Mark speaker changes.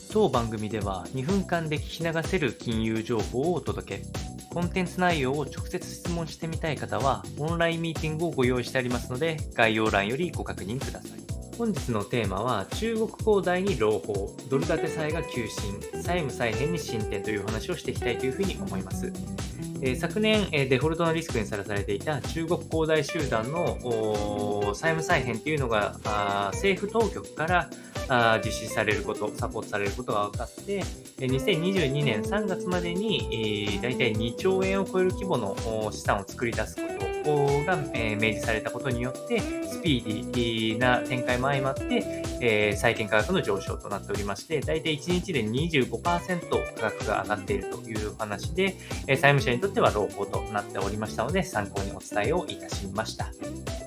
Speaker 1: 当番組では2分間で聞き流せる金融情報をお届け。コンテンツ内容を直接質問してみたい方はオンラインミーティングをご用意してありますので、概要欄よりご確認ください。本日のテーマは中国恒大に朗報、ドル建て債が急進、債務再編に進展という話をしていきたいというふうに思います。昨年、デフォルトのリスクにさらされていた中国恒大集団の債務再編というのが政府当局から実施されること、サポートされることが分かって、2022年3月までにだいたい2兆円を超える規模の資産を作り出すことが明示されたことによって、スピーディーな展開も相まって、債券価格の上昇となっておりまして、だいたい1日で 25% 価格が上がっているという話で、債務者にとっては朗報となっておりましたので、参考にお伝えをいたしました。